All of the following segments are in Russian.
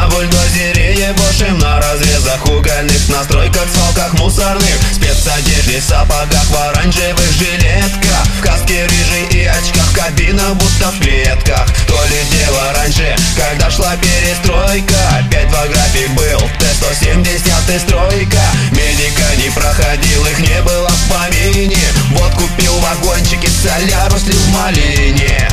На бульдозере ебошим, на разрезах угольных, на стройках, свалках мусорных, в спецодежде, сапогах, в оранжевых жилетках, в каске рыжей и очках, кабина будто в клетках. То ли дело раньше, когда шла перестройка, 5-2 график был, Т-170 стройка. Медика не проходил, их не было в помине. Вот купил вагончики, соляру слил в малине.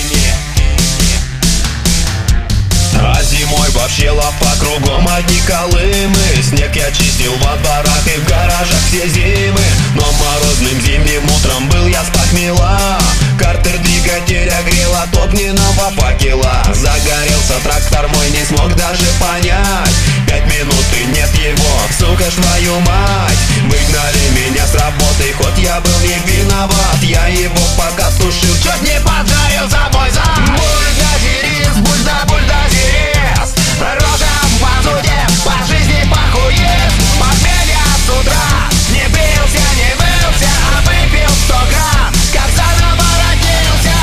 А зимой вообще лапа, кругом одни колымы. Снег я чистил во дворах и в гаражах все зимы. Но морозным зимним утром был я с похмела. Картер двигателя грел от огненного факела. Загорелся трактор мой, не смог даже понять. 5 минут и нет его, сука ж твою мать. Выгнали меня с работы, хоть я был не виноват. Я его пока тушил, чуть не поджарил за мой зад. Бульдозерист, бульдозерист, рожа в мазуте, по жизни похуест. Похмелья с утра, не брился, не мылся, а выпил 100 грамм, как заново родился.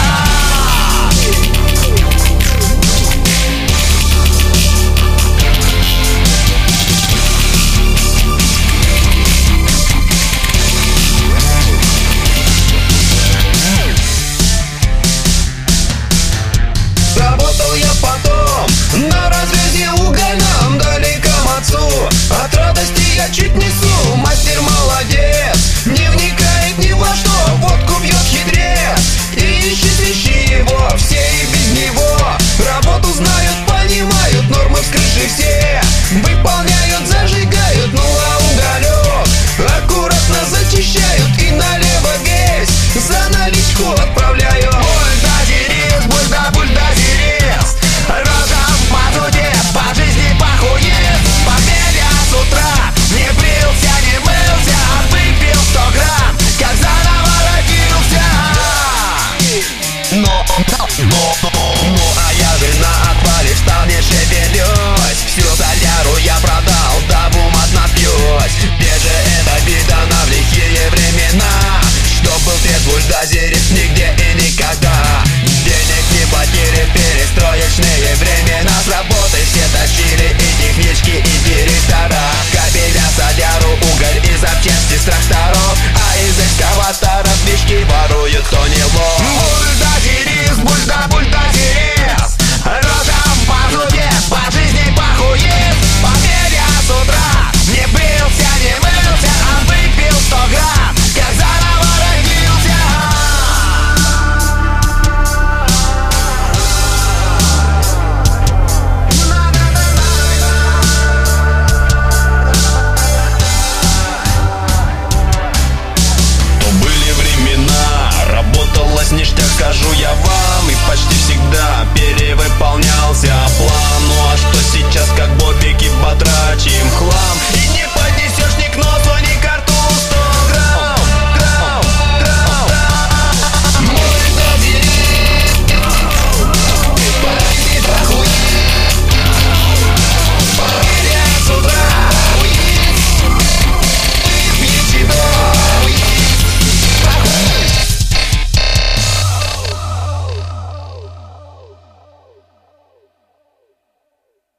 Работал я потом на разрезе угольном, далеко отцу. От радости я чуть несу, мастер молодец, не вникает ни во что, водку пьет хитрец и ищет вещи его.